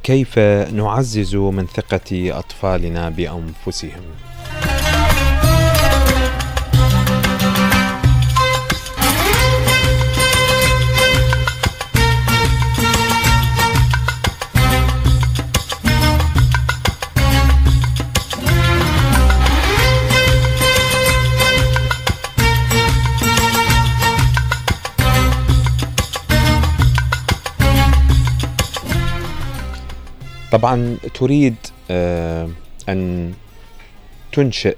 كيف نعزز من ثقة أطفالنا بأنفسهم؟ طبعا تريد أن تنشئ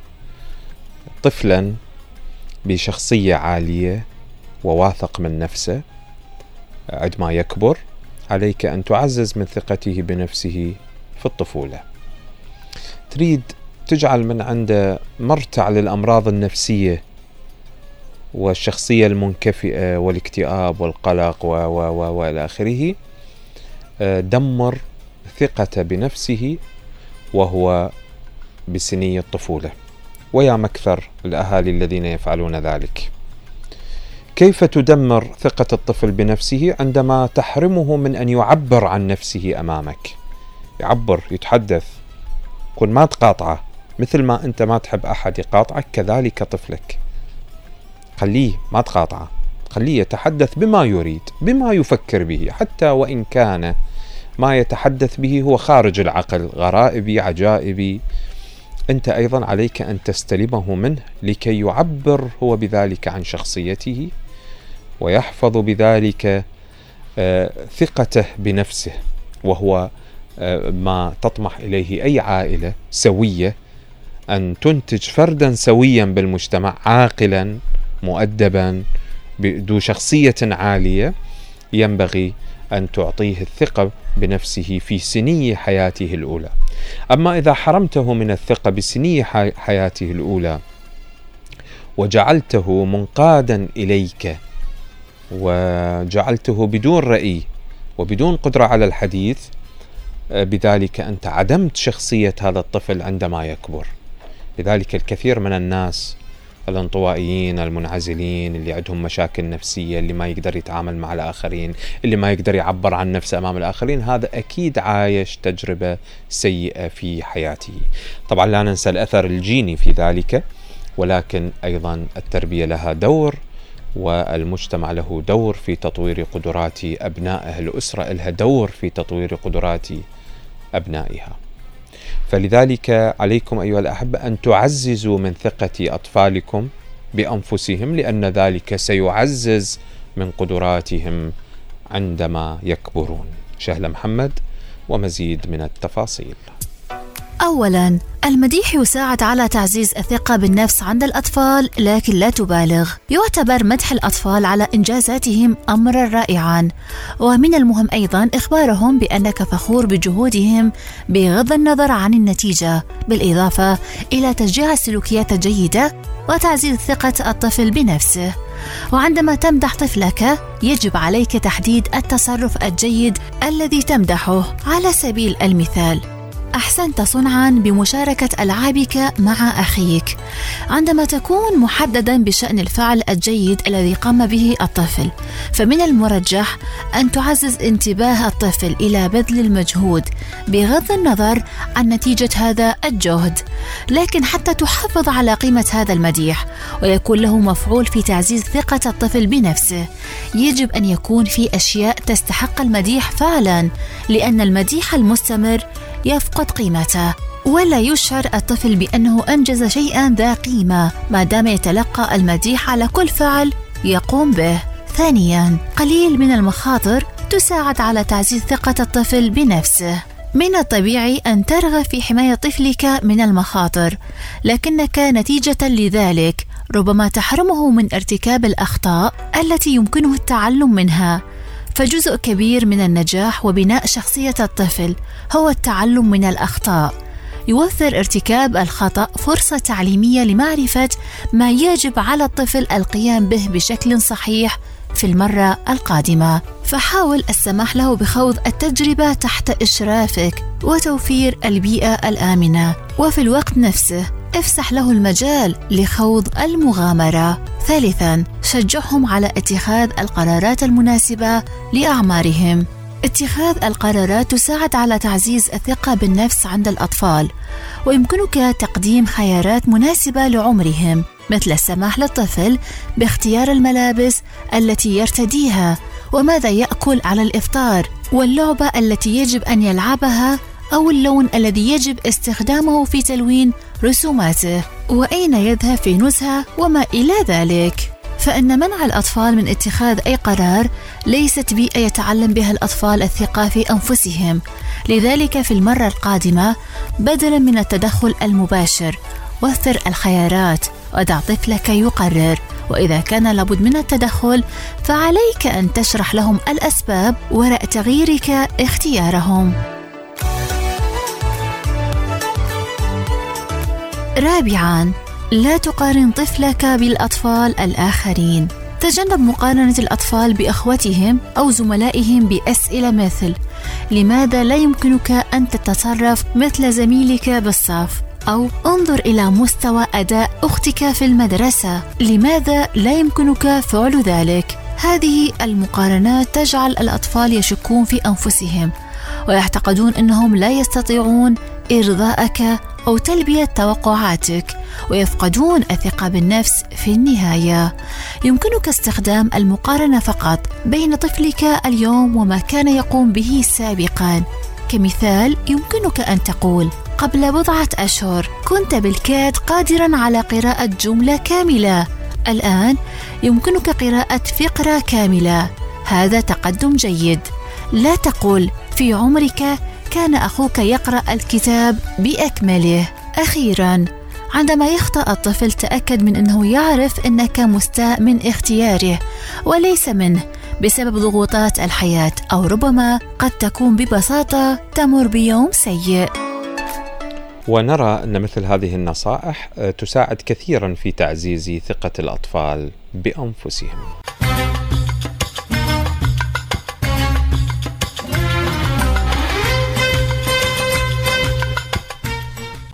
طفلا بشخصية عالية وواثق من نفسه. عندما يكبر عليك أن تعزز من ثقته بنفسه في الطفولة. تريد تجعل من عنده مرتع للأمراض النفسية والشخصية المنكفئة والاكتئاب والقلق وإلى آخره. دمر ثقة بنفسه وهو بسني الطفولة، ويا مكثر الأهالي الذين يفعلون ذلك. كيف تدمر ثقة الطفل بنفسه؟ عندما تحرمه من أن يعبر عن نفسه أمامك. يعبر، يتحدث، كن ما تقاطعه. مثل ما أنت ما تحب أحد يقاطعك كذلك طفلك. خليه ما تقاطعه، خليه يتحدث بما يريد، بما يفكر به، حتى وإن كان ما يتحدث به هو خارج العقل، غرائبي عجائبي. أنت أيضا عليك أن تستلمه منه لكي يعبر هو بذلك عن شخصيته ويحفظ بذلك ثقته بنفسه، وهو ما تطمح إليه أي عائلة سوية، أن تنتج فردا سويا بالمجتمع، عاقلا مؤدبا ذو شخصية عالية. ينبغي أن تعطيه الثقة بنفسه في سني حياته الأولى. أما إذا حرمته من الثقة بسني حياته الأولى وجعلته منقادا إليك وجعلته بدون رأي وبدون قدرة على الحديث، بذلك أنت عدمت شخصية هذا الطفل عندما يكبر. لذلك الكثير من الناس الانطوائيين المنعزلين اللي عندهم مشاكل نفسية، اللي ما يقدر يتعامل مع الآخرين، اللي ما يقدر يعبر عن نفسه أمام الآخرين، هذا أكيد عايش تجربة سيئة في حياته. طبعا لا ننسى الأثر الجيني في ذلك، ولكن أيضا التربية لها دور، والمجتمع له دور في تطوير قدرات أبنائه، الأسرة لها دور في تطوير قدرات أبنائها. فلذلك عليكم أيها الأحبة أن تعززوا من ثقة أطفالكم بأنفسهم، لأن ذلك سيعزز من قدراتهم عندما يكبرون. شهلة محمد ومزيد من التفاصيل. أولاً، المديح يساعد على تعزيز الثقة بالنفس عند الأطفال، لكن لا تبالغ. يعتبر مدح الأطفال على إنجازاتهم أمراً رائعاً، ومن المهم أيضاً إخبارهم بأنك فخور بجهودهم بغض النظر عن النتيجة، بالإضافة إلى تشجيع السلوكيات الجيدة وتعزيز ثقة الطفل بنفسه. وعندما تمدح طفلك يجب عليك تحديد التصرف الجيد الذي تمدحه. على سبيل المثال، أحسنت صنعاً بمشاركة ألعابك مع أخيك. عندما تكون محدداً بشأن الفعل الجيد الذي قام به الطفل، فمن المرجح أن تعزز انتباه الطفل إلى بذل المجهود بغض النظر عن نتيجة هذا الجهد. لكن حتى تحافظ على قيمة هذا المديح ويكون له مفعول في تعزيز ثقة الطفل بنفسه، يجب أن يكون في أشياء تستحق المديح فعلاً، لأن المديح المستمر يفقد قيمته، ولا يشعر الطفل بأنه أنجز شيئا ذا قيمة ما دام يتلقى المديح على كل فعل يقوم به. ثانيا، قليل من المخاطر تساعد على تعزيز ثقة الطفل بنفسه. من الطبيعي أن ترغب في حماية طفلك من المخاطر، لكنك نتيجة لذلك ربما تحرمه من ارتكاب الأخطاء التي يمكنه التعلم منها. فجزء كبير من النجاح وبناء شخصية الطفل هو التعلم من الأخطاء. يوفر ارتكاب الخطأ فرصة تعليمية لمعرفة ما يجب على الطفل القيام به بشكل صحيح في المرة القادمة. فحاول السماح له بخوض التجربة تحت إشرافك وتوفير البيئة الآمنة، وفي الوقت نفسه افسح له المجال لخوض المغامرة. ثالثاً، شجعهم على اتخاذ القرارات المناسبة لأعمارهم. اتخاذ القرارات تساعد على تعزيز الثقة بالنفس عند الأطفال، ويمكنك تقديم خيارات مناسبة لعمرهم، مثل السماح للطفل باختيار الملابس التي يرتديها، وماذا يأكل على الإفطار، واللعبة التي يجب أن يلعبها، أو اللون الذي يجب استخدامه في تلوين رسوماته، وأين يذهب في نزهة، وما إلى ذلك. فإن منع الأطفال من اتخاذ أي قرار ليست بيئة يتعلم بها الأطفال الثقة في أنفسهم. لذلك في المرة القادمة، بدلاً من التدخل المباشر، وفر الخيارات ودع طفلك يقرر، وإذا كان لابد من التدخل فعليك أن تشرح لهم الأسباب وراء تغييرك اختيارهم. رابعاً، لا تقارن طفلك بالأطفال الآخرين. تجنب مقارنة الأطفال بأخوتهم أو زملائهم بأسئلة مثل: لماذا لا يمكنك أن تتصرف مثل زميلك بالصف؟ أو انظر إلى مستوى أداء أختك في المدرسة، لماذا لا يمكنك فعل ذلك؟ هذه المقارنات تجعل الأطفال يشكون في أنفسهم، ويعتقدون أنهم لا يستطيعون إرضاءك أو تلبية توقعاتك، ويفقدون الثقة بالنفس في النهاية. يمكنك استخدام المقارنة فقط بين طفلك اليوم وما كان يقوم به سابقا. كمثال، يمكنك أن تقول: قبل بضعة أشهر كنت بالكاد قادرا على قراءة جملة كاملة، الآن يمكنك قراءة فقرة كاملة. هذا تقدم جيد. لا تقول: في عمرك كان أخوك يقرأ الكتاب بأكمله. أخيراً، عندما يخطأ الطفل تأكد من أنه يعرف أنك مستاء من اختياره وليس منه بسبب ضغوطات الحياة، أو ربما قد تكون ببساطة تمر بيوم سيء. ونرى أن مثل هذه النصائح تساعد كثيراً في تعزيز ثقة الأطفال بأنفسهم.